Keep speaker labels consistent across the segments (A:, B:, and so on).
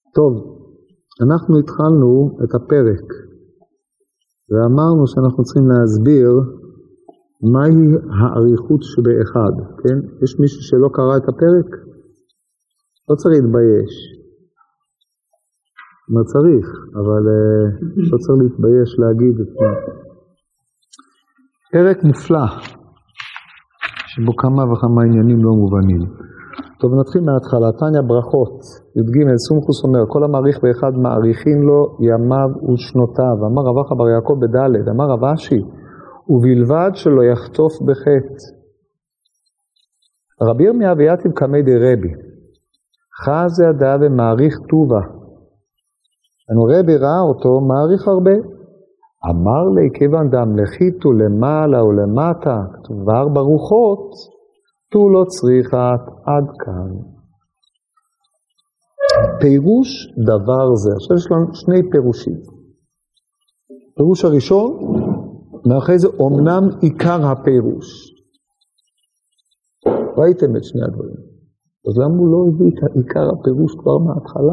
A: טוב, אנחנו התחלנו את הפרק ואמרנו שאנחנו צריכים להסביר מהי האריכות שבאחד, כן? יש מישהו שלא קרא את הפרק? לא צריך להתבייש. מה צריך, אבל לא צריך להתבייש להגיד את זה. פרק מופלא, שבו כמה וכמה עניינים לא מובנים. טוב, נתחיל מההתחלה. תניא ברכות, י"ג, סומכוס אומר, כל המעריך באחד מעריכים לו ימיו ושנותיו. אמר רב אחא בר יעקב בד', אמר רב אשי, ובלבד שלא יחטוף בחטא. רבי ירמיה ויתיב קמי דרבי, חזה הדעה ומעריך טובה. אנו רבי ראה אותו מעריך הרבה. אמר לי כיוון דמלכיתו למעלה ולמטה, כתוב וארבע רוחות, תו לא צריכת עד כאן. פירוש דבר זה. עכשיו יש לנו שני פירושים. פירוש הראשון, מאחרי זה אומנם עיקר הפירוש. ראיתם את שני הדברים. אז למה הוא לא הביא את עיקר הפירוש כבר מההתחלה?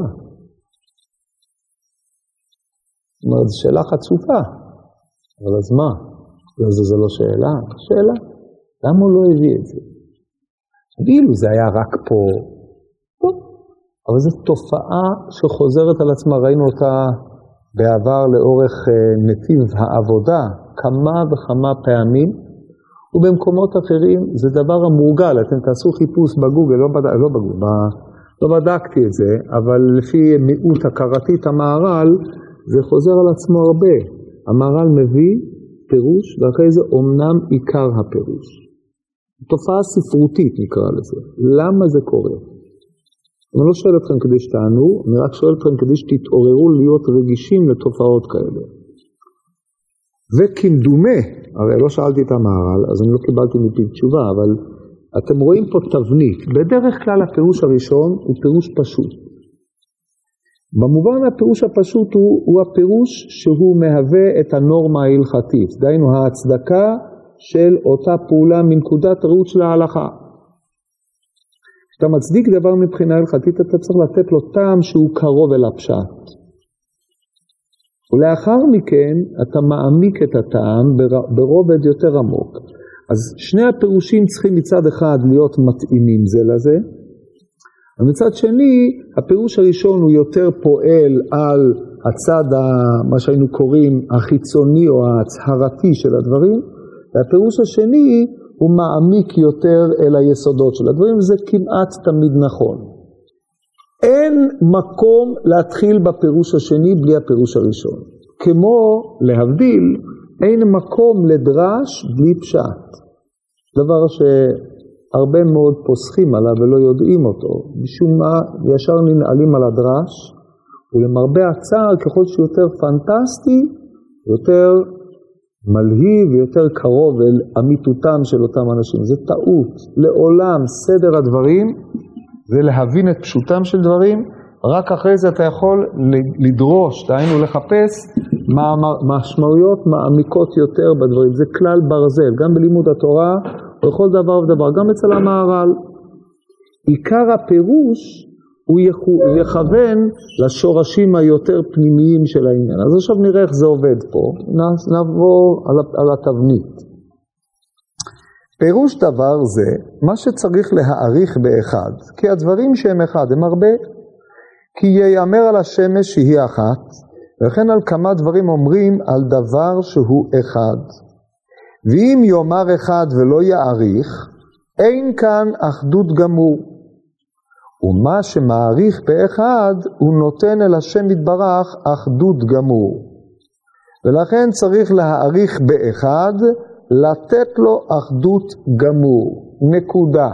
A: זאת אומרת, זו שאלה חצופה. אבל אז מה? זה לא שאלה. שאלה. למה הוא לא הביא את זה? אילו זה היה רק פה. טוב. אבל זו תופעה שחוזרת על עצמה. ראינו אותה בעבר לאורך נתיב העבודה כמה וכמה פעמים. ובמקומות אחרים זה דבר המורגל. אתם תעשו חיפוש בגוגל, לא בדקתי את זה, אבל לפי מיעוט הכרתית המהר"ל, זה חוזר על עצמו הרבה. המהר"ל מביא פירוש, ואחרי זה אומנם עיקר הפירוש. תופעה ספרותית נקרא לזה. למה זה קורה? אני לא שואל אתכם כדי שתענו, אני רק שואל אתכם כדי שתתעוררו להיות רגישים לתופעות כאלה. וכמדומה, הרי לא שאלתי את המהר"ל, אז אני לא קיבלתי מפי תשובה, אבל אתם רואים פה תבנית. בדרך כלל הפירוש הראשון הוא פירוש פשוט. במובן הפירוש הפשוט הוא הפירוש שהוא מהווה את הנורמה ההלכתית. דהיינו ההצדקה של אותה פעולה מנקודת הראות של ההלכה. כשאתה מצדיק דבר מבחינה הלכתית, אתה צריך לתת לו טעם שהוא קרוב אל הפשט. ולאחר מכן אתה מעמיק את הטעם ברובד יותר עמוק. אז שני הפירושים צריכים מצד אחד להיות מתאימים זה לזה, ומצד שני הפירוש הראשון הוא יותר פועל על הצד מה שהיינו קוראים החיצוני או ההצהרתי של הדברים, והפירוש השני הוא מעמיק יותר אל היסודות של הדברים, וזה כמעט תמיד נכון. אין מקום להתחיל בפירוש השני בלי הפירוש הראשון. כמו להבדיל, אין מקום לדרש בלי פשט. דבר שהרבה מאוד פוסחים עליו ולא יודעים אותו. משום מה ישר ננעלים על הדרש, ולמרבה הצער ככל שיותר פנטסטי, יותר מלהיב ויותר קרוב אל אמיתותם של אותם אנשים. זה טעות. לעולם סדר הדברים זה להבין את פשוטם של דברים, רק אחרי זה אתה יכול לדרוש, דהיינו לחפש משמעויות מעמיקות יותר בדברים. זה כלל ברזל, גם בלימוד התורה, או בכל דבר ודבר, גם אצל המהר"ל. עיקר הפירוש הוא יכוון לשורשים היותר פנימיים של העניין. אז עכשיו נראה איך זה עובד פה, נעבור על התבנית. פירוש דבר זה, מה שצריך להעריך באחד, כי הדברים שהם אחד הם הרבה, כי ייאמר על השמש שהיא אחת, וכן על כמה דברים אומרים על דבר שהוא אחד. ואם יאמר אחד ולא יעריך, אין כאן אחדות גמור. ומה שמעריך באחד, הוא נותן אל השם יתברך אחדות גמור. ולכן צריך להעריך באחד, לתת לו אחדות גמור. נקודה.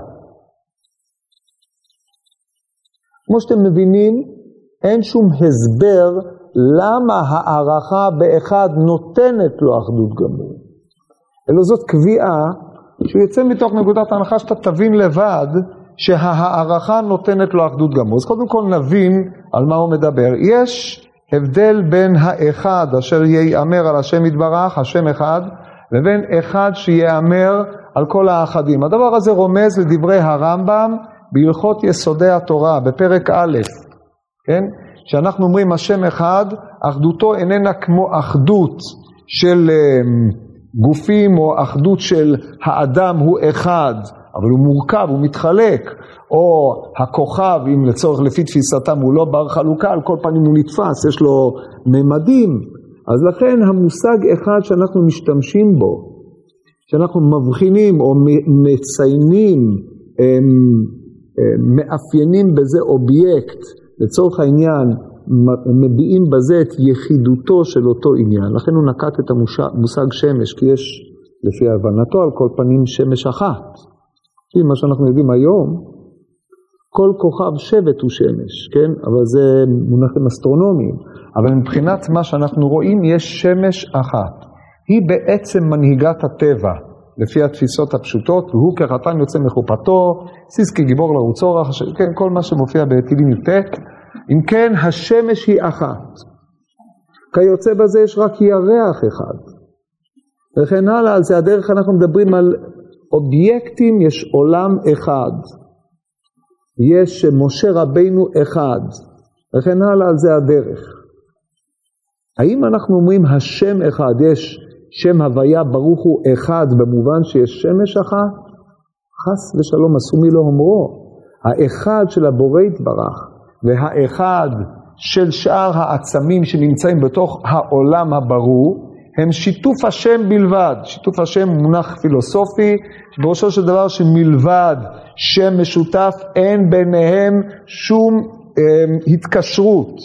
A: כמו שאתם מבינים, אין שום הסבר למה הערכה באחד נותנת לו אחדות גמור. אלא זאת קביעה שהוא יוצא מתוך נקודת ההנחה שאתה תבין לבד שהערכה נותנת לו אחדות גמור. אז קודם כל נבין על מה הוא מדבר. יש הבדל בין האחד אשר ייאמר על השם יתברך, השם אחד, לבין אחד שיאמר על כל האחדים. הדבר הזה רומז לדברי הרמב"ם בהלכות יסודי התורה, בפרק א', כן? שאנחנו אומרים השם אחד, אחדותו איננה כמו אחדות של גופים או אחדות של האדם הוא אחד, אבל הוא מורכב, הוא מתחלק, או הכוכב, אם לצורך לפי תפיסתם הוא לא בר חלוקה, על כל פנים הוא נתפס, יש לו ממדים. אז לכן המושג אחד שאנחנו משתמשים בו, שאנחנו מבחינים או מציינים, מאפיינים בזה אובייקט, לצורך העניין מביעים בזה את יחידותו של אותו עניין. לכן הוא נקט את המושג שמש, כי יש לפי הבנתו על כל פנים שמש אחת. לפי מה שאנחנו יודעים היום, כל כוכב שבט הוא שמש, כן? אבל זה מונחים אסטרונומיים. אבל מבחינת מה שאנחנו רואים, יש שמש אחת. היא בעצם מנהיגת הטבע, לפי התפיסות הפשוטות, והוא כחתן יוצא מחופתו, סיס כגיבור לרוץ אורח, כן, כל מה שמופיע בתהילים י"ט. אם כן, השמש היא אחת. כיוצא בזה יש רק ירח אחד. וכן הלאה, על זה הדרך אנחנו מדברים על אובייקטים, יש עולם אחד. יש משה רבינו אחד. וכן הלאה, על זה הדרך. האם אנחנו אומרים השם אחד, יש שם הוויה ברוך הוא אחד, במובן שיש שמש אחת? חס ושלום, אסומי לא אומרו. האחד של הבורא יתברך, והאחד של שאר העצמים שנמצאים בתוך העולם הברור, הם שיתוף השם בלבד. שיתוף השם מונח פילוסופי, שבראשו של דבר שמלבד שם משותף, אין ביניהם שום התקשרות.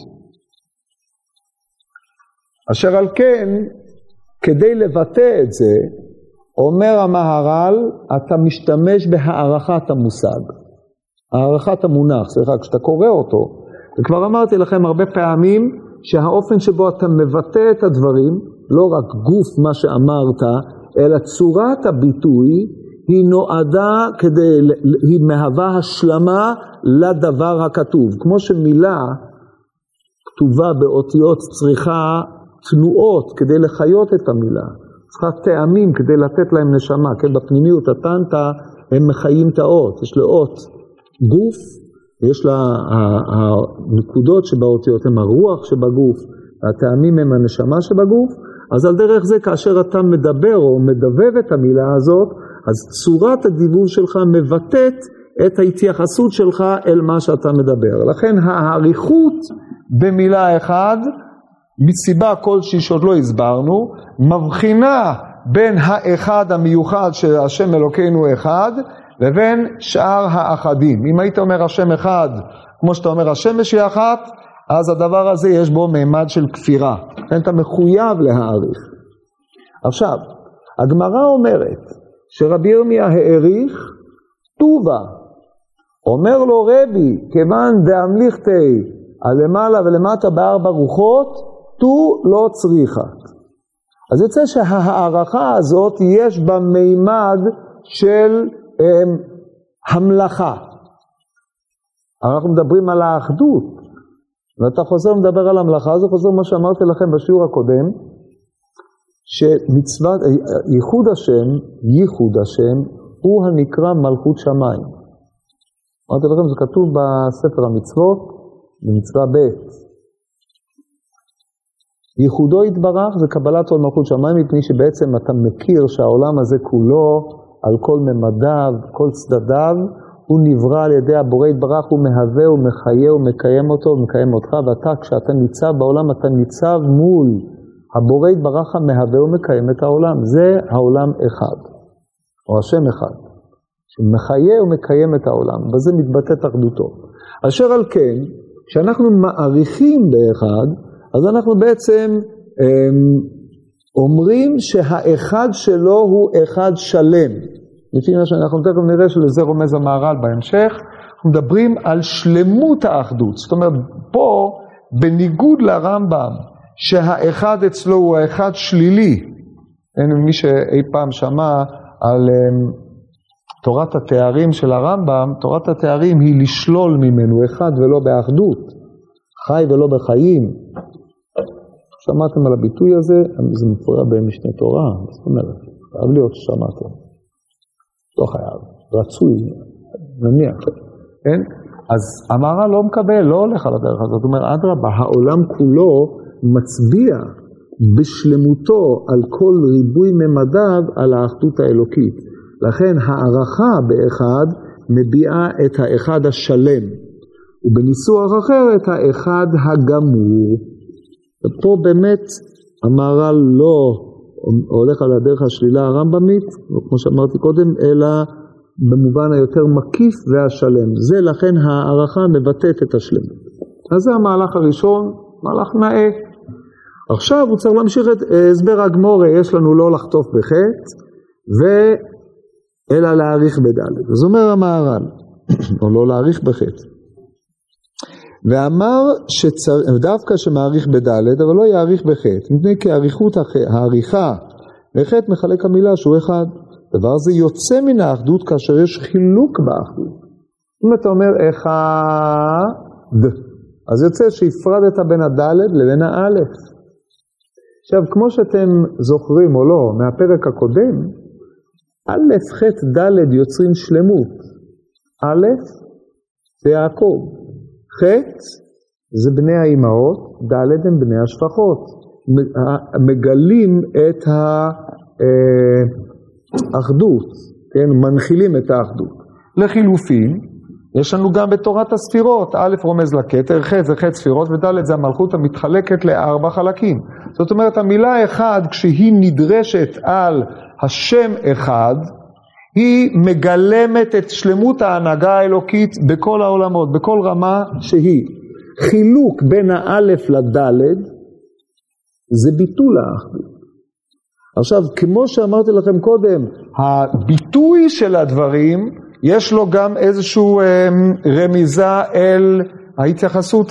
A: אשר על כן, כדי לבטא את זה, אומר המהר"ל, אתה משתמש בהערכת המושג. הערכת המונח, סליחה, כשאתה קורא אותו, וכבר אמרתי לכם הרבה פעמים, שהאופן שבו אתה מבטא את הדברים, לא רק גוף מה שאמרת, אלא צורת הביטוי, היא נועדה היא מהווה השלמה לדבר הכתוב. כמו שמילה כתובה באותיות צריכה תנועות כדי לחיות את המילה, צריכה טעמים כדי לתת להם נשמה, כן, בפנימיות הטנטה הם מחיים את האות, יש לאות גוף, יש לה הנקודות שבאותיות הם הרוח שבגוף, הטעמים הם הנשמה שבגוף, אז על דרך זה כאשר אתה מדבר או מדבב את המילה הזאת, אז צורת הדיבוב שלך מבטאת את ההתייחסות שלך אל מה שאתה מדבר. לכן העריכות במילה אחד, מסיבה כלשהי שעוד לא הסברנו, מבחינה בין האחד המיוחד שהשם אלוקינו אחד, לבין שאר האחדים. אם היית אומר השם אחד, כמו שאתה אומר השמש היא אחת, אז הדבר הזה יש בו מימד של כפירה. לכן אתה מחויב להעריך. עכשיו, הגמרא אומרת שרבי ירמיה העריך טובה. אומר לו רבי, כיוון דאמליכתי על למעלה ולמטה בארבע רוחות, תו לא צריכה. אז יוצא שההערכה הזאת יש בה מימד של המלאכה. אנחנו מדברים על האחדות, ואתה חוזר ומדבר על המלאכה, זה חוזר מה שאמרתי לכם בשיעור הקודם, שמצוות, ייחוד השם, הוא הנקרא מלכות שמיים. אמרתי לכם, זה כתוב בספר המצוות, במצווה ב'. ייחודו יתברך זה קבלת עול מלכות שמיים, מפני שבעצם אתה מכיר שהעולם הזה כולו, על כל ממדיו, כל צדדיו, הוא נברא על ידי הבורא יתברך, הוא מהווה, הוא מחיה, הוא מקיים אותו, הוא מקיים אותך, ואתה כשאתה ניצב בעולם, אתה ניצב מול הבורא יתברך המהווה ומקיים את העולם. זה העולם אחד, או השם אחד, שמחיה ומקיים את העולם, וזה מתבטאת אחדותו. אשר על כן, כשאנחנו מעריכים באחד, אז אנחנו בעצם אומרים שהאחד שלו הוא אחד שלם. לפי מה שאנחנו תכף נראה שלזה רומז המהר"ל בהמשך, אנחנו מדברים על שלמות האחדות. זאת אומרת, פה, בניגוד לרמב"ם, שהאחד אצלו הוא האחד שלילי, אין מי שאי פעם שמע על תורת התארים של הרמב"ם, תורת התארים היא לשלול ממנו אחד ולא באחדות, חי ולא בחיים. שמעתם על הביטוי הזה? זה מפורש במשנה תורה, זאת אומרת, חייב להיות ששמעתם. לא חייב, רצוי, נניח. כן? אז המהר"ל לא מקבל, לא הולך על הדרך הזאת. זאת אומרת, אדרבה, העולם כולו מצביע בשלמותו על כל ריבוי ממדיו על האחדות האלוקית. לכן הערכה באחד מביעה את האחד השלם, ובניסוח אחר את האחד הגמור. ופה באמת המהר"ל לא הולך על הדרך השלילה הרמב"מית, כמו שאמרתי קודם, אלא במובן היותר מקיף והשלם. זה לכן הערכה מבטאת את השלמות. אז זה המהלך הראשון, מהלך נאה. עכשיו הוא צריך להמשיך את הסבר הגמורה, יש לנו לא לחטוף בחטא, אלא להאריך בדלת. אז אומר המהר"ל, או לא להאריך בחטא. ואמר דווקא שמאריך בדלת, אבל לא יאריך בחטא, מפני כי העריכה בחטא מחלק המילה שהוא אחד. דבר זה יוצא מן האחדות כאשר יש חילוק באחדות. אם אתה אומר אחד, אז יוצא שהפרדת בין הדלת לבין האלף. עכשיו, כמו שאתם זוכרים או לא, מהפרק הקודם, א', ח', ד' יוצרים שלמות. א', זה יעקב. ח', זה בני האימהות, ד' הם בני השפחות. מגלים את האחדות, כן? מנחילים את האחדות. לחילופין, יש לנו גם בתורת הספירות, א' רומז לכתר, ח' זה ח' ספירות, וד' זה המלכות המתחלקת ל4 חלקים. זאת אומרת, המילה אחד, כשהיא נדרשת על השם אחד, היא מגלמת את שלמות ההנהגה האלוקית בכל העולמות, בכל רמה שהיא. חילוק בין האלף לדלת, זה ביטול האחדות. עכשיו, כמו שאמרתי לכם קודם, הביטוי של הדברים, יש לו גם איזשהו רמיזה אל ההתייחסות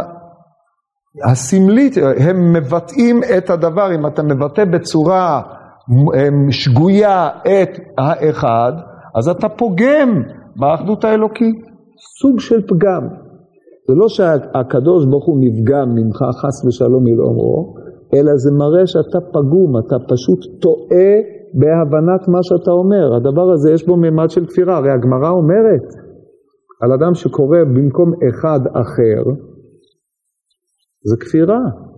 A: הסמלית, הם מבטאים את הדבר, אם אתה מבטא בצורה שגויה את האחד, אז אתה פוגם באחדות האלוקית, סוג של פגם. זה לא שהקדוש ברוך הוא נפגם ממך חס ושלום מלאומרו, אלא זה מראה שאתה פגום, אתה פשוט טועה בהבנת מה שאתה אומר. הדבר הזה יש בו ממד של כפירה, הרי הגמרא אומרת על אדם שקורא במקום אחד אחר, זה כפירה.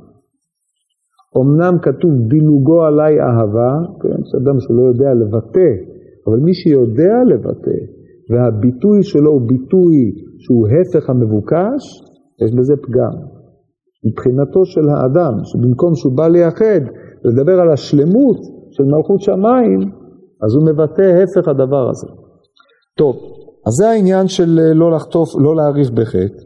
A: אמנם כתוב דילוגו עליי אהבה, כן, שאדם שלא יודע לבטא, אבל מי שיודע לבטא, והביטוי שלו הוא ביטוי שהוא הפך המבוקש, יש בזה פגם. מבחינתו של האדם, שבמקום שהוא בא לייחד, לדבר על השלמות של מלכות שמיים, אז הוא מבטא הפך הדבר הזה. טוב, אז זה העניין של לא לחטוף, לא להאריך בחטא.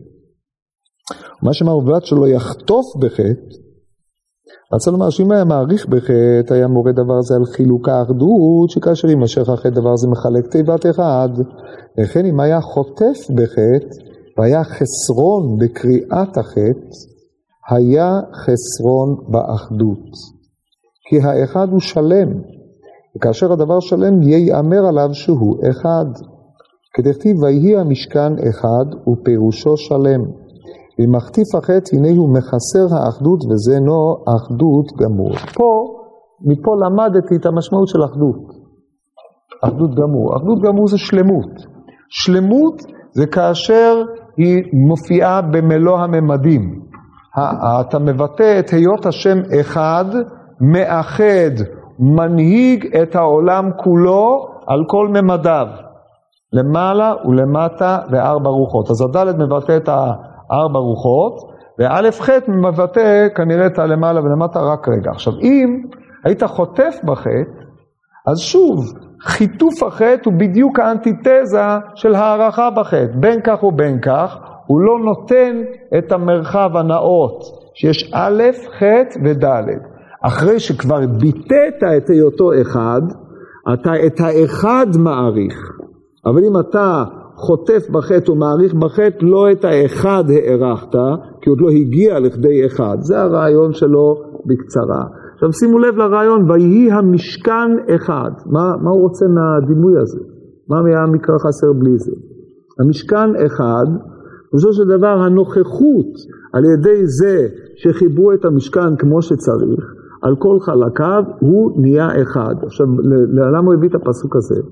A: מה שמעובד שלא יחטוף בחטא, רצה לומר שאם היה מעריך בחטא, היה מורה דבר הזה על חילוק האחדות, שכאשר יימשך החטא דבר זה מחלק תיבת אחד. לכן אם היה חוטף בחטא, והיה חסרון בקריאת החטא, היה חסרון באחדות. כי האחד הוא שלם, וכאשר הדבר שלם ייאמר עליו שהוא אחד. כדכתיב ויהי המשכן אחד ופירושו שלם. אם מחטיף החטא הנה הוא מחסר האחדות וזה אינו אחדות גמור. מפה למדתי את המשמעות של אחדות. אחדות גמור. אחדות גמור זה שלמות. שלמות זה כאשר היא מופיעה במלוא הממדים. אתה מבטא את היות השם אחד, מאחד, מנהיג את העולם כולו על כל ממדיו. למעלה ולמטה וארבע רוחות. אז הדלת מבטא את ארבע רוחות, ואלף חטא מבטא כנראה את הלמעלה ולמטה רק רגע. עכשיו, אם היית חוטף בחטא, אז שוב, חיתוף החטא הוא בדיוק האנטיתזה של הערכה בחטא. בין כך ובין כך, הוא לא נותן את המרחב הנאות, שיש א', חטא וד'. אחרי שכבר ביטאת את היותו אחד, אתה את האחד מעריך. אבל אם אתה חוטף בחטא ומעריך בחטא, לא את האחד הערכת, כי עוד לא הגיע לכדי אחד. זה הרעיון שלו בקצרה. עכשיו שימו לב לרעיון, ויהי המשכן אחד. מה הוא רוצה מהדימוי הזה? מה היה המקרא חסר בלי זה? המשכן אחד, בסופו של דבר הנוכחות על ידי זה שחיברו את המשכן כמו שצריך, על כל חלקיו הוא נהיה אחד. עכשיו למה הוא הביא את הפסוק הזה?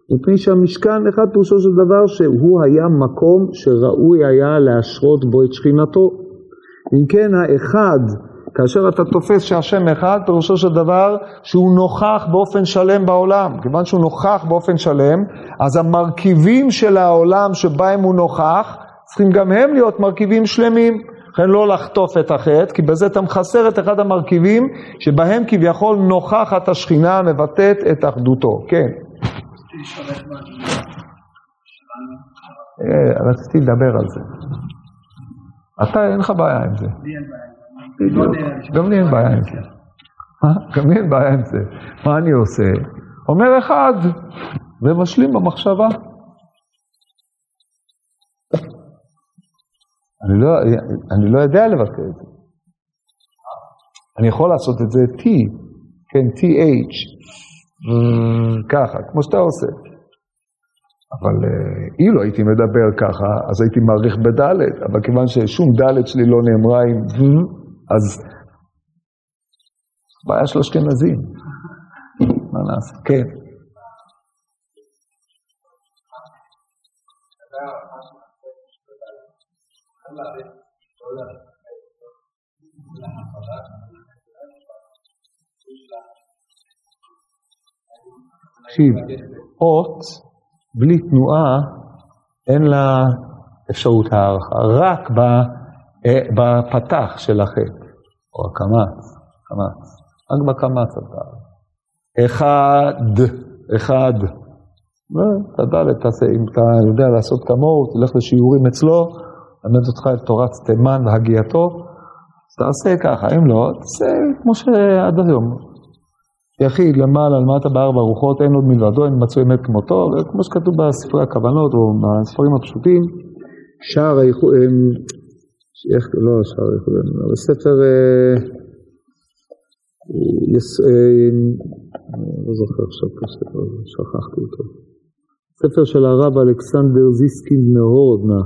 A: מפני שהמשכן אחד פירושו של דבר שהוא היה מקום שראוי היה להשרות בו את שכינתו. אם כן האחד, כאשר אתה תופס שהשם אחד, פירושו של דבר שהוא נוכח באופן שלם בעולם. כיוון שהוא נוכח באופן שלם, אז המרכיבים של העולם שבהם הוא נוכח, צריכים גם הם להיות מרכיבים שלמים. לכן לא לחטוף את החטא, כי בזה אתה מחסר את אחד המרכיבים שבהם כביכול נוכחת השכינה מבטאת את אחדותו. כן. רציתי לדבר על זה. אתה אין לך בעיה עם זה. גם לי אין בעיה עם זה. גם לי אין בעיה עם זה. מה אני עושה? אומר אחד ומשלים במחשבה. אני לא יודע לבטא את זה. אני יכול לעשות את זה T, כן, TH, ככה, כמו שאתה עושה. אבל אילו הייתי מדבר ככה, אז הייתי מעריך בדלת, אבל כיוון ששום דלת שלי לא נאמרה עם אז בעיה של אשכנזים. מה נעשה? כן. תקשיב, אות בלי תנועה אין לה אפשרות הערכה, רק בפתח של החטא, או הקמץ, רק בקמץ אחד, תדע לתעשה, אם אתה יודע לעשות כמוהו, תלך לשיעורים אצלו, למד אותך את תורת תימן והגייתו, תעשה ככה, אם לא, תעשה כמו שעד היום. יחיד למעלה, למטה בארבע רוחות, אין עוד מלבדו, אין מצוי אמת כמותו, וכמו שכתוב בספרי הכוונות או בספרים הפשוטים, שער האיחוד, לא שער האיחוד, בספר, לא זוכר עכשיו כספר, שכחתי אותו. ספר של הרב אלכסנדר זיסקין מהורודנה,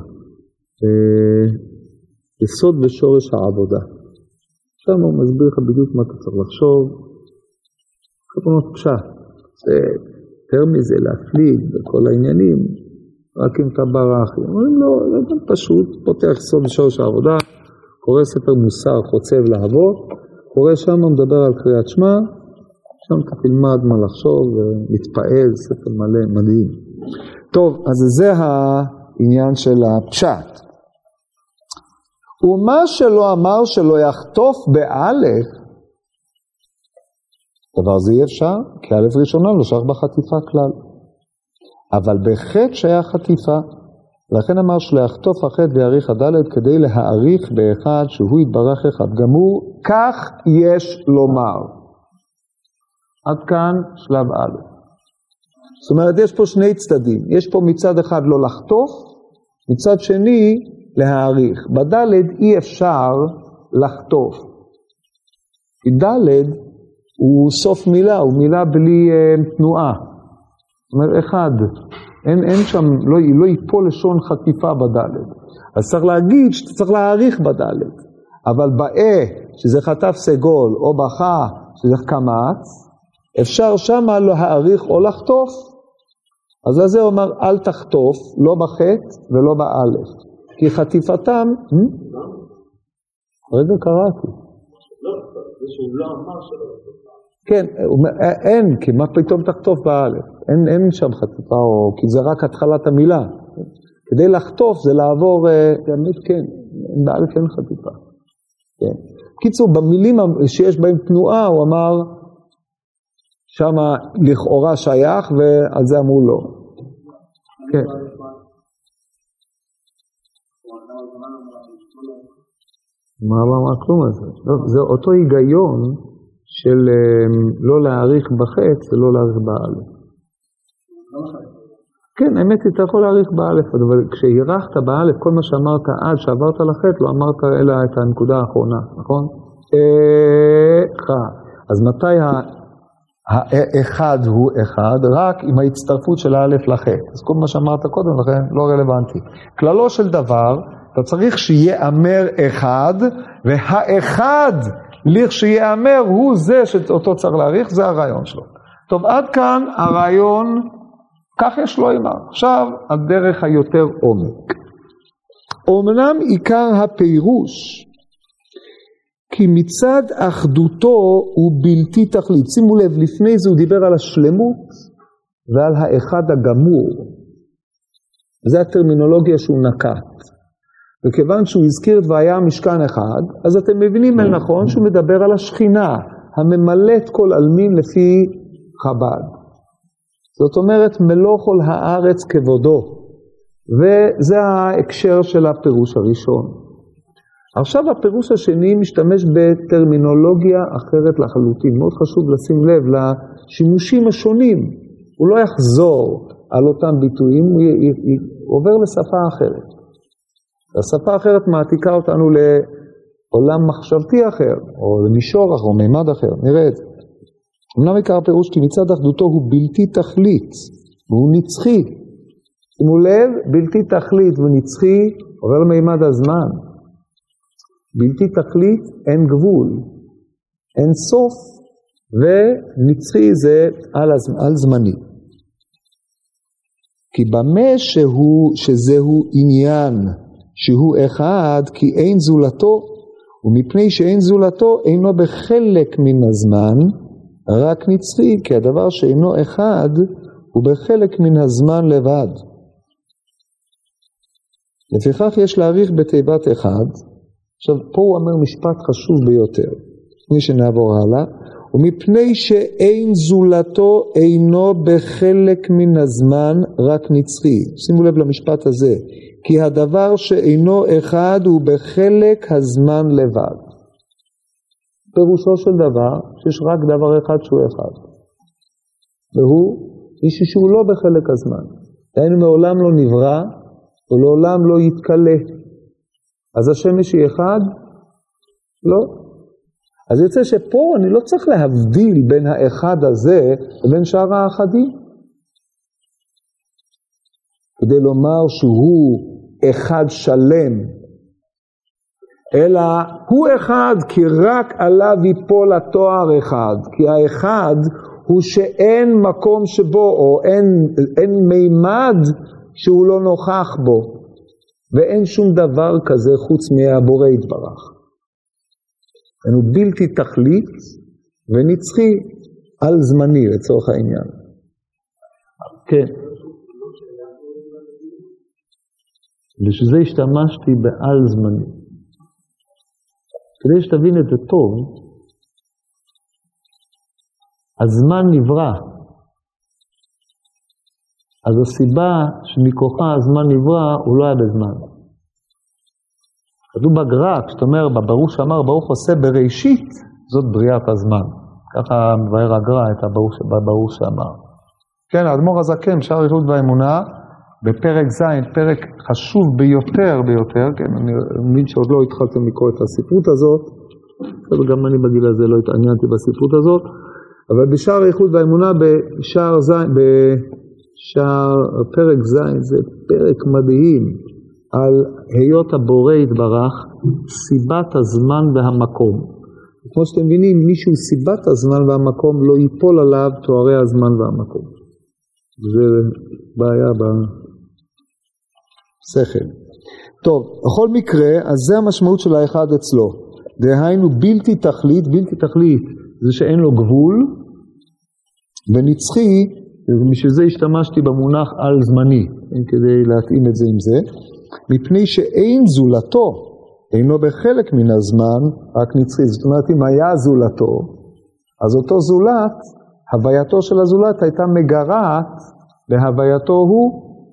A: יסוד ושורש העבודה. שם הוא מסביר לך בדיוק מה אתה צריך לחשוב, כפונות פשט, זה יותר מזה להפליג בכל העניינים, רק אם אתה ברח, אומרים לו, זה גם פשוט, פותח סוד בשורש העבודה, קורא ספר מוסר, חוצב להבות, קורא שם, מדבר על קריאת שמע, שם אתה תלמד מה לחשוב, ומתפעל, ספר מלא, מדהים. טוב, אז זה העניין של הפשט. ומה שלא אמר שלא יחטוף באלף, דבר זה אי אפשר, כי א' ראשונה לא שייך בחטיפה כלל. אבל בחטא שהיה חטיפה, לכן אמר שלא יחטוף החטא ויאריך הדלת כדי להאריך באחד שהוא יתברך אחד גמור, כך יש לומר. עד כאן שלב א'. זאת אומרת, יש פה שני צדדים. יש פה מצד אחד לא לחטוף, מצד שני להאריך. בדלת אי אפשר לחטוף. כי דלת הוא סוף מילה, הוא מילה בלי תנועה. זאת אומרת, אחד, אין שם, לא ייפול לשון חטיפה בדלת. אז צריך להגיד שאתה צריך להאריך בדלת. אבל שזה חטף סגול, או בחה, שזה קמץ, אפשר שם להאריך או לחטוף. אז זה אומר, אל תחטוף, לא בחטא ולא באלף. כי חטיפתם, רגע קראתי.
B: לא, זה שהוא לא אמר שלא לחטוף.
A: כן, אין, כי מה פתאום תחטוף באלף? אין שם חטיפה, כי זה רק התחלת המילה. כדי לחטוף זה לעבור, באמת כן, באלף אין חטיפה. כן. קיצור, במילים שיש בהם תנועה, הוא אמר, שם לכאורה שייך, ועל זה אמרו לא. כן. מה כלום הזה? זה אותו היגיון של לא להאריך בחטא ולא להאריך באלף. כן, האמת היא, אתה יכול להאריך באלף, אבל כשהארכת באלף, כל מה שאמרת עד שעברת לחטא, לא אמרת אלא את הנקודה האחרונה, נכון? אז מתי האחד הוא אחד? רק עם ההצטרפות של האלף לחטא. אז כל מה שאמרת קודם לכן לא רלוונטי. כללו של דבר, אתה צריך שיאמר אחד, והאחד לכשיאמר הוא זה שאותו צריך להאריך, זה הרעיון שלו. טוב, עד כאן הרעיון כך יש לו אימה. עכשיו, הדרך היותר עומק. אומנם עיקר הפירוש, כי מצד אחדותו הוא בלתי תכלית. שימו לב, לפני זה הוא דיבר על השלמות ועל האחד הגמור. זה הטרמינולוגיה שהוא נקט. וכיוון שהוא הזכיר את והיה משכן אחד, אז אתם מבינים אל נכון שהוא מדבר על השכינה, הממלאת כל אלמין לפי חב"ד. זאת אומרת, מלוא כל הארץ כבודו. וזה ההקשר של הפירוש הראשון. עכשיו הפירוש השני משתמש בטרמינולוגיה אחרת לחלוטין. מאוד חשוב לשים לב לשימושים השונים. הוא לא יחזור על אותם ביטויים, הוא עובר לשפה אחרת. השפה האחרת מעתיקה אותנו לעולם מחשבתי אחר, או למישור אחר, או מימד אחר. נראה את זה. אמנם עיקר הפירוש כי מצד אחדותו הוא בלתי תכלית, והוא נצחי. שימו לב, בלתי תכלית ונצחי עובר למימד הזמן. בלתי תכלית אין גבול, אין סוף, ונצחי זה על זמני. כי במה שזהו עניין שהוא אחד, כי אין זולתו, ומפני שאין זולתו אינו בחלק מן הזמן, רק נצחי, כי הדבר שאינו אחד הוא בחלק מן הזמן לבד. לפיכך יש להעריך בתיבת אחד. עכשיו פה הוא אומר משפט חשוב ביותר, לפני שנעבור הלאה, ומפני שאין זולתו אינו בחלק מן הזמן רק נצחי. שימו לב למשפט הזה, כי הדבר שאינו אחד הוא בחלק הזמן לבד. פירושו של דבר שיש רק דבר אחד שהוא אחד, והוא מישהו שהוא לא בחלק הזמן. אין מעולם לא נברא ולעולם לא יתקלה. אז השמש היא אחד? לא. אז יוצא שפה אני לא צריך להבדיל בין האחד הזה לבין שאר האחדים. כדי לומר שהוא אחד שלם, אלא הוא אחד כי רק עליו ייפול התואר אחד, כי האחד הוא שאין מקום שבו, או אין מימד שהוא לא נוכח בו, ואין שום דבר כזה חוץ מהבורא יתברך. הוא בלתי תכלית ונצחי על זמני לצורך העניין. כן. בשביל זה השתמשתי בעל זמני. כדי שתבין את זה טוב, הזמן נברא. אז הסיבה שמכוחה הזמן נברא הוא לא היה בזמן. כתוב בגר"א, כשאתה אומר בברוך שאמר ברוך עושה בראשית, זאת בריאת הזמן. ככה מבאר הגר"א את הברוך שאמר. כן, האדמו"ר הזקן, שער הישות והאמונה, בפרק ז', פרק חשוב ביותר, כן, אני מבין שעוד לא התחלתם לקרוא את הספרות הזאת, וגם אני בגיל הזה לא התעניינתי בספרות הזאת, אבל בשער הישות והאמונה, בשער פרק ז', זה פרק מדהים, על היות הבורא יתברך, סיבת הזמן והמקום. כמו שאתם מבינים, מישהו סיבת הזמן והמקום לא ייפול עליו תוארי הזמן והמקום. זה בעיה בשכל. טוב, בכל מקרה, אז זה המשמעות של האחד אצלו. דהיינו בלתי תכלית, בלתי תכלית זה שאין לו גבול, ונצחי, משל זה השתמשתי במונח על זמני, כדי להתאים את זה עם זה, מפני שאין זולתו, אינו בחלק מן הזמן, רק נצחי. זאת אומרת, אם היה זולתו, אז אותו זולת, הווייתו של הזולת הייתה מגרעת להווייתו הוא.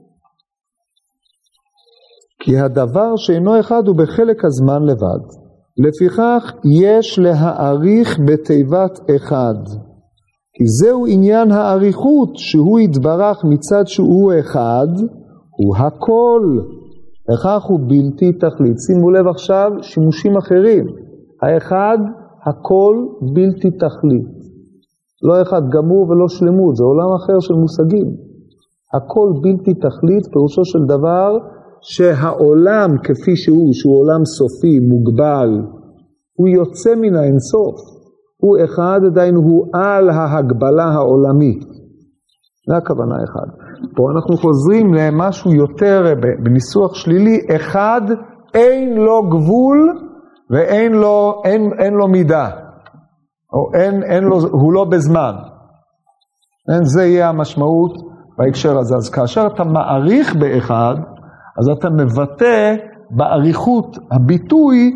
A: כי הדבר שאינו אחד הוא בחלק הזמן לבד. לפיכך יש להעריך בתיבת אחד. כי זהו עניין העריכות, שהוא יתברך מצד שהוא אחד, הוא הכל. לכך הוא בלתי תכלית. שימו לב עכשיו שימושים אחרים. האחד, הכל בלתי תכלית. לא אחד גמור ולא שלמות, זה עולם אחר של מושגים. הכל בלתי תכלית, פירושו של דבר שהעולם כפי שהוא עולם סופי, מוגבל, הוא יוצא מן האינסוף. הוא אחד, עדיין הוא על ההגבלה העולמית. זה הכוונה אחד. פה אנחנו חוזרים למשהו יותר בניסוח שלילי, אחד אין לו גבול ואין לו מידה, או הוא לא בזמן. זה יהיה המשמעות בהקשר הזה. אז כאשר אתה מעריך באחד, אז אתה מבטא בעריכות הביטוי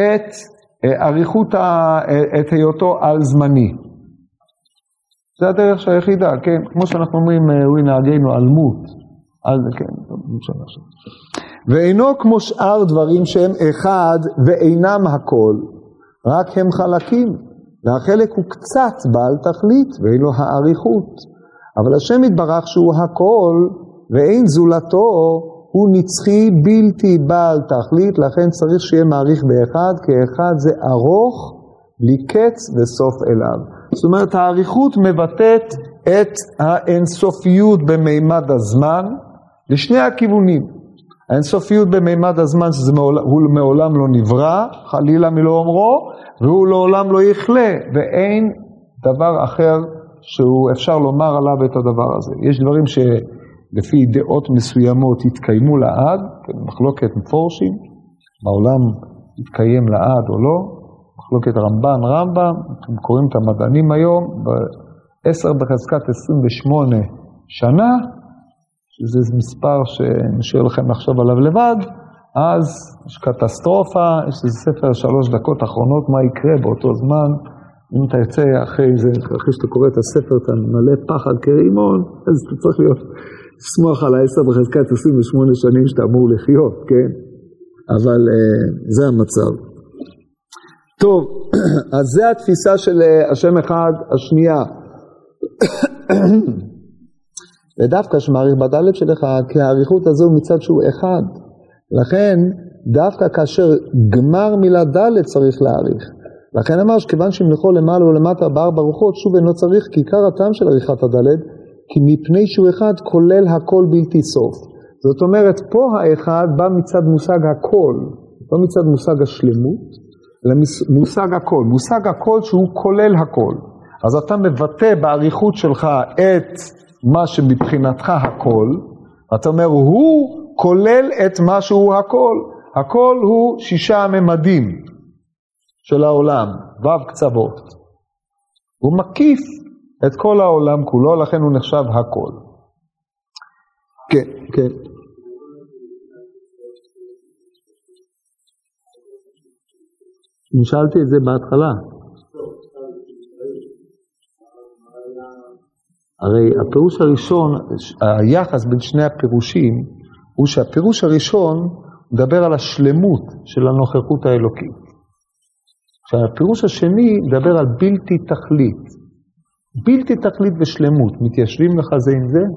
A: את היותו על זמני. זה הדרך היחידה, כן? כמו שאנחנו אומרים, הוא ינהגנו אלמות. כן, ואינו כמו שאר דברים שהם אחד ואינם הכל, רק הם חלקים. והחלק הוא קצת בעל תכלית ואין לו העריכות. אבל השם יתברך שהוא הכל ואין זולתו, הוא נצחי בלתי בעל תכלית, לכן צריך שיהיה מעריך באחד, כי אחד זה ארוך, בלי קץ וסוף אליו. זאת אומרת, העריכות מבטאת את האינסופיות במימד הזמן, לשני הכיוונים. האינסופיות במימד הזמן, הוא מעולם לא נברא, חלילה מלא אומרו, והוא לעולם לא יכלה, ואין דבר אחר שהוא אפשר לומר עליו את הדבר הזה. יש דברים שלפי דעות מסוימות התקיימו לעד, מחלוקת מפורשים, בעולם התקיים לעד או לא, מחלוקת רמב"ם, אתם קוראים את המדענים היום, ב-10 בחזקת 28 שנה, שזה מספר שנשאיר לכם לחשוב עליו לבד, אז יש קטסטרופה, יש איזה ספר 3 דקות אחרונות, מה יקרה באותו זמן, אם אתה יוצא אחרי שאתה קורא את הספר, אתה מלא פחד כרימון, אז אתה צריך לסמוך על 10 בחזקת 28 שנים שאתה אמור לחיות, כן? אבל זה המצב. טוב, אז זה התפיסה של השם אחד, השנייה. ודווקא שמעריך בדלת שלך, כי העריכות הזו מצד שהוא אחד. לכן, דווקא כאשר גמר מילה דלת צריך להעריך. לכן אמר שכיוון שמלכו למעלה ולמטה בארבע רוחות, שוב אינו צריך, כי עיקר הטעם של עריכת הדלת, כי מפני שהוא אחד כולל הכל בלתי סוף. זאת אומרת, פה האחד בא מצד מושג הכל, לא מצד מושג השלמות, אלא מושג הכל. מושג הכל שהוא כולל הכל. אז אתה מבטא בעריכות שלך את מה שמבחינתך הכל, אתה אומר, הוא כולל את מה שהוא הכל. הכל הוא 6 הממדים של העולם, ו' קצוות. הוא מקיף את כל העולם כולו, לכן הוא נחשב הכל. כן, כן. נשאלתי את זה בהתחלה. הרי הפירוש הראשון, היחס בין שני הפירושים, הוא שהפירוש הראשון מדבר על השלמות של הנוכחות האלוקית. שהפירוש השני מדבר על בלתי תכלית. בלתי תכלית ושלמות. מתיישבים לך זה עם זה?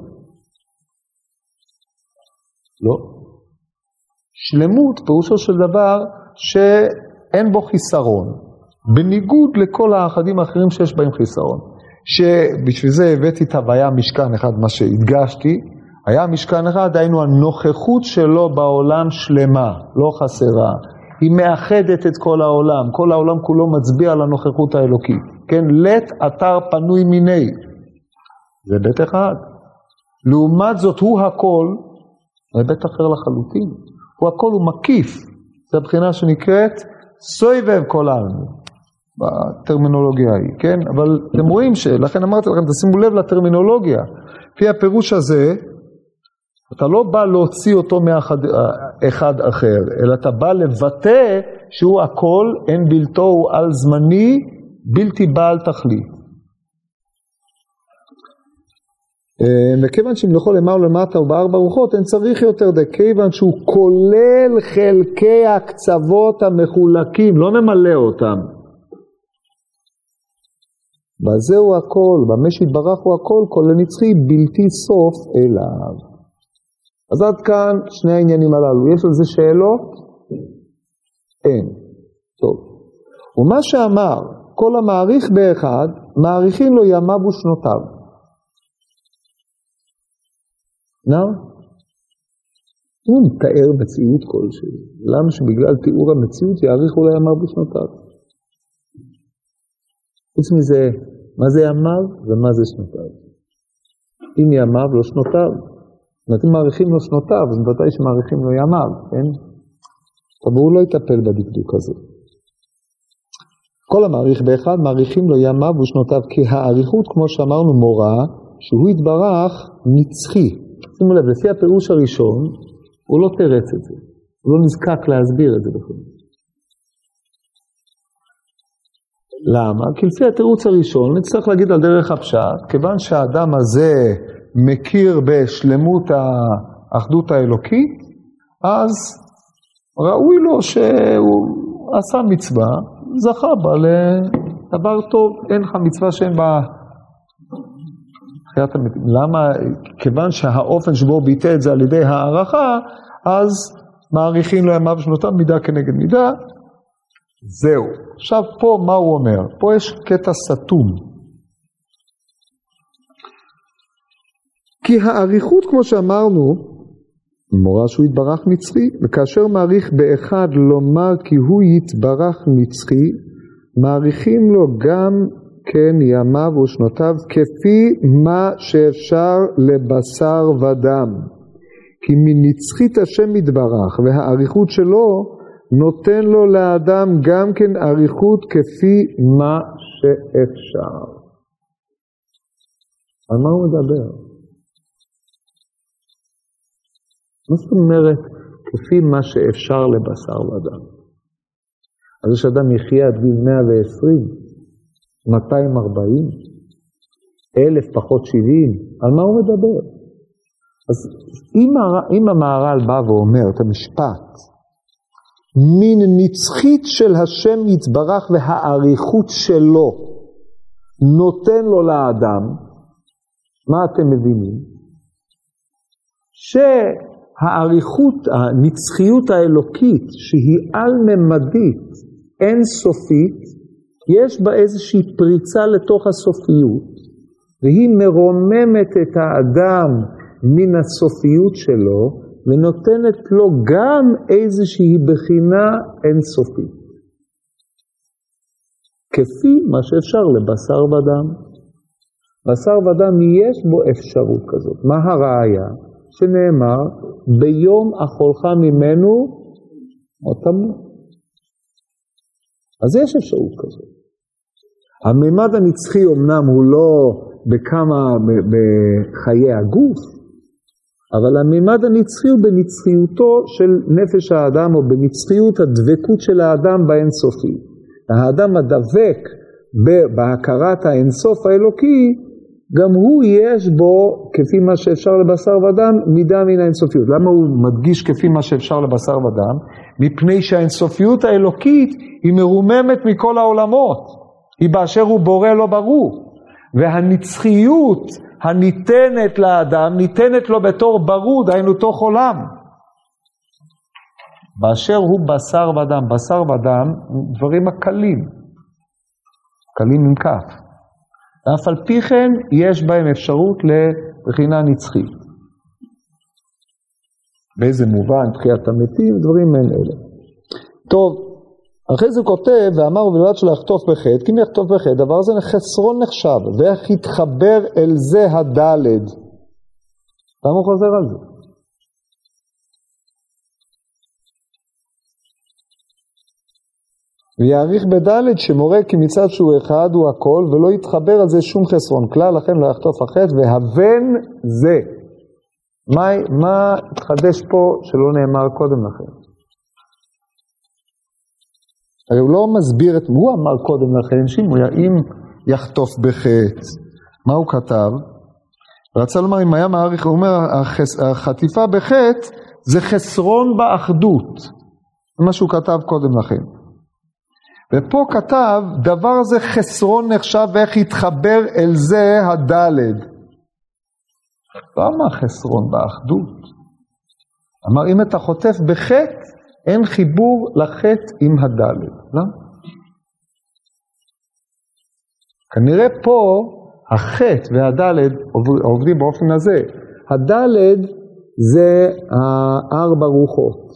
A: לא. שלמות פירושו של דבר שאין בו חיסרון. בניגוד לכל האחדים האחרים שיש בהם חיסרון. שבשביל זה הבאתי את הוויה משכן אחד, מה שהדגשתי, היה משכן אחד, היינו הנוכחות שלו בעולם שלמה, לא חסרה. היא מאחדת את כל העולם כולו מצביע על הנוכחות האלוקית. כן, לית אתר פנוי מיני. זה בית אחד. לעומת זאת הוא הכל, זה בית אחר לחלוטין. הוא הכל, הוא מקיף. זו הבחינה שנקראת סויבב כל העלמין. בטרמינולוגיה היא, כן? אבל אתם רואים לכן אמרתי לכם, תשימו לב לטרמינולוגיה. לפי הפירוש הזה, אתה לא בא להוציא אותו מאחד אחר, אלא אתה בא לבטא שהוא הכל, אין בלתו, הוא על זמני, בלתי בעל תכלית. וכיוון שמלכו למעלה למטה ובארבע רוחות, אין צריך יותר, כיוון שהוא כולל חלקי הקצוות המחולקים, לא ממלא אותם. וזהו הכל, במה שהתברך הוא הכל, כל הנצחי בלתי סוף אליו. אז עד כאן שני העניינים הללו. יש על זה שאלות? אין. טוב. ומה שאמר, כל המעריך באחד, מעריכים לו ימיו ושנותיו. הוא מתאר מציאות כלשהי. למה שבגלל תיאור המציאות יעריכו לו ימיו ושנותיו? חוץ מזה, מה זה ימיו ומה זה שנותיו? אם ימיו לא שנותיו. אם מעריכים לו שנותיו, אז בוודאי שמעריכים לו ימיו, כן? אבל הוא לא יטפל בדקדוק הזה. כל המעריך באחד, מעריכים לו ימיו ושנותיו, כי האריכות, כמו שאמרנו, מורה, שהוא יתברך נצחי. שימו לב, לפי הפירוש הראשון, הוא לא תרץ את זה. הוא לא נזקק להסביר את זה בכלל. למה? כי לפי התירוץ הראשון, נצטרך להגיד על דרך הפשט, כיוון שהאדם הזה מכיר בשלמות האחדות האלוקית, אז ראוי לו שהוא עשה מצווה, זכה בה לדבר טוב, אין לך מצווה שאין בה חיית המתים. למה? כיוון שהאופן שבו ביטא את זה על ידי הערכה, אז מעריכים לו ימיו ושנותיו מידה כנגד מידה. זהו. עכשיו פה מה הוא אומר? פה יש קטע סתום. כי האריכות, כמו שאמרנו, מורה שהוא יתברך נצחי, וכאשר מעריך באחד לומר כי הוא יתברך נצחי, מעריכים לו גם כן ימיו ושנותיו כפי מה שאפשר לבשר ודם. כי מנצחית השם יתברך והאריכות שלו נותן לו לאדם גם כן אריכות כפי מה שאפשר. על מה הוא מדבר? מה זאת אומרת כפי מה שאפשר לבשר ודם? אז יש אדם יחיה עד גיל 120, 240, 1000 פחות 70, על מה הוא מדבר? אז אם המהר"ל בא ואומר את המשפט, מן נצחית של השם יתברך והאריכות שלו נותן לו לאדם, מה אתם מבינים? שהאריכות, הנצחיות האלוקית שהיא על-ממדית, אינסופית, יש בה איזושהי פריצה לתוך הסופיות, והיא מרוממת את האדם מן הסופיות שלו, ונותנת לו גם איזושהי בחינה אינסופית. כפי מה שאפשר לבשר ודם. בשר ודם יש בו אפשרות כזאת. מה הראיה? שנאמר, ביום אכולך ממנו, או תמות. אז יש אפשרות כזאת. הממד הנצחי אמנם הוא לא בחיי הגוף, אבל הממד הנצחי הוא בנצחיותו של נפש האדם, או בנצחיות הדבקות של האדם באינסופי. האדם הדבק בהכרת האינסוף האלוקי, גם הוא יש בו, כפי מה שאפשר לבשר ודם, מידה מן האינסופיות. למה הוא מדגיש כפי מה שאפשר לבשר ודם? מפני שהאינסופיות האלוקית היא מרוממת מכל העולמות. היא באשר הוא בורא לא ברור. והנצחיות הניתנת לאדם, ניתנת לו בתור ברור, דהיינו תוך עולם. באשר הוא בשר ודם. בשר ודם, דברים הקלים. קלים עם כף. אף על פי כן יש בהם אפשרות לבחינה נצחית. באיזה מובן, תחיית המתים, דברים מעין אלה. טוב, אחרי זה הוא כותב, ואמר ובלבד שלא יחטוף בחטא, כי אם יחטוף בחטא, דבר זה חסרון נחשב, ואיך יתחבר אל זה הדלת. למה הוא חוזר על זה? ויעריך בדלת שמורה כי מצד שהוא אחד הוא הכל, ולא יתחבר על זה שום חסרון כלל, לכן לא יחטוף החטא, והבן זה. מה התחדש פה שלא נאמר קודם לכן? הרי הוא לא מסביר את, הוא אמר קודם לכן, אם יחטוף בחטא, מה הוא כתב? רצה לומר, אם היה מעריך, הוא אומר, החטיפה בחטא זה חסרון באחדות. זה מה שהוא כתב קודם לכן. ופה כתב, דבר זה חסרון נחשב, ואיך יתחבר אל זה הדלת. למה חסרון באחדות? אמר, אם אתה חוטף בחטא, אין חיבור לחטא עם הדלת. לא? כנראה פה, החטא והדלת עובדים באופן הזה. הדלת זה 4 רוחות.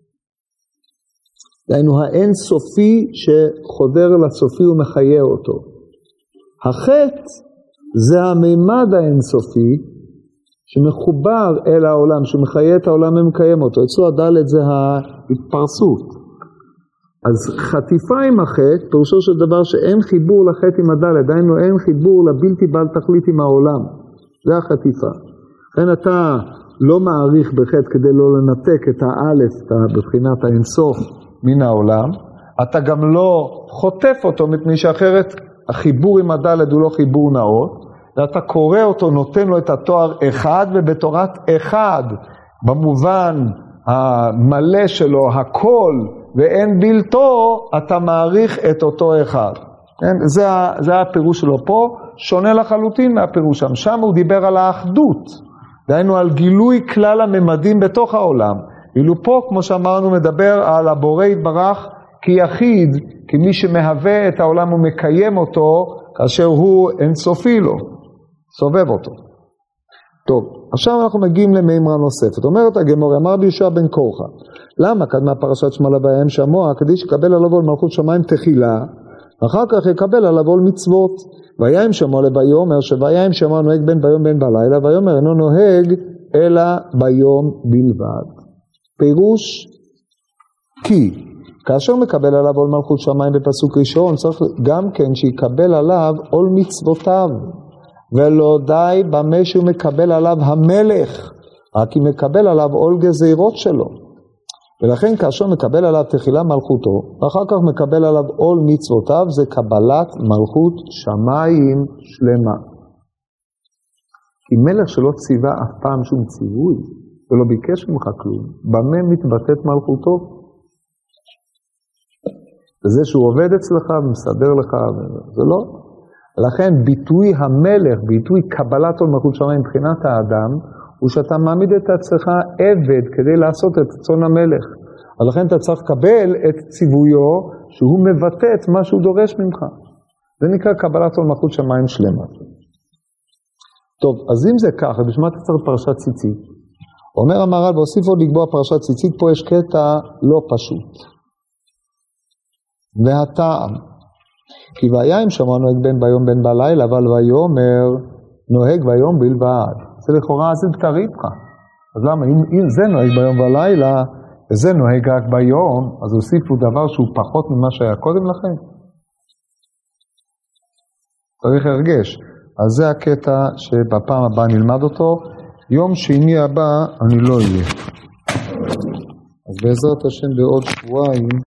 A: דהיינו האין סופי שחודר לסופי ומחיה אותו. החטא זה הממד האין סופי שמחובר אל העולם, שמחיה את העולם ומקיים אותו. אצלו הדלת זה ההתפרסות. אז חטיפה עם החטא, פירושו של דבר שאין חיבור לחטא עם הדלת, דיינו אין חיבור לבלתי בעל תכלית עם העולם. זה החטיפה. לכן אתה לא מעריך בחטא כדי לא לנתק את האלף, בבחינת האינסוף מן העולם. אתה גם לא חוטף אותו, מפני שאחרת החיבור עם הדלת הוא לא חיבור נאות. ואתה קורא אותו, נותן לו את התואר אחד, ובתורת אחד, במובן המלא שלו, הכל, ואין בלתו, אתה מעריך את אותו אחד. כן? זה הפירוש שלו פה, שונה לחלוטין מהפירוש שם. שם הוא דיבר על האחדות, דהיינו על גילוי כלל הממדים בתוך העולם. ואילו פה, כמו שאמרנו, מדבר על הבורא יתברך כיחיד, כמי שמהווה את העולם ומקיים אותו, כאשר הוא אינסופי לו, סובב אותו. טוב, עכשיו אנחנו מגיעים למימרה נוספת. אומרת הגמרא, אמר בישוע בן קורחה, למה קדמה פרשת שמע לבאים שמוע, כדי שיקבל עליו עול מלכות שמיים תחילה, ואחר כך יקבל עליו עול מצוות. והיה אם שמוע לביומר, שהיה אם שמוע נוהג בין ביום בין בלילה, ויומר אינו נוהג אלא ביום בלבד. פירוש, כי כאשר מקבל עליו עול מלכות שמיים בפסוק ראשון, צריך גם כן שיקבל עליו עול מצוותיו, ולא די במה שהוא מקבל עליו המלך, רק אם מקבל עליו עול גזירות שלו. ולכן כאשר מקבל עליו תחילה מלכותו, ואחר כך מקבל עליו עול מצוותיו, זה קבלת מלכות שמיים שלמה. כי מלך שלא ציווה אף פעם שום ציווי, ולא ביקש ממך כלום, במה מתבטאת מלכותו? וזה שהוא עובד אצלך ומסדר לך, זה לא. לכן ביטוי המלך, ביטוי קבלת עול מלכות שמיים מבחינת האדם, הוא שאתה מעמיד את עצמך עבד כדי לעשות את צאן המלך. אז לכן אתה צריך לקבל את ציוויו שהוא מבטא את מה שהוא דורש ממך. זה נקרא קבלת עול מלכות שמיים שלמה. טוב, אז אם זה ככה, בשביל מה אתה צריך פרשת ציצית? אומר המהר"ל, והוסיף עוד לקבוע פרשת ציצית, פה יש קטע לא פשוט. והטעם, כי והיה אם שמוע נוהג בין ביום בין בלילה, אבל ויאמר נוהג ביום בלבד. זה לכאורה זה תריפך. אז למה? אם זה נוהג ביום בלילה, וזה נוהג רק ביום, אז הוסיפו דבר שהוא פחות ממה שהיה קודם לכן. צריך הרגש. אז זה הקטע שבפעם הבאה נלמד אותו. יום שני הבא אני לא אהיה. אז בעזרת השם בעוד שבועיים,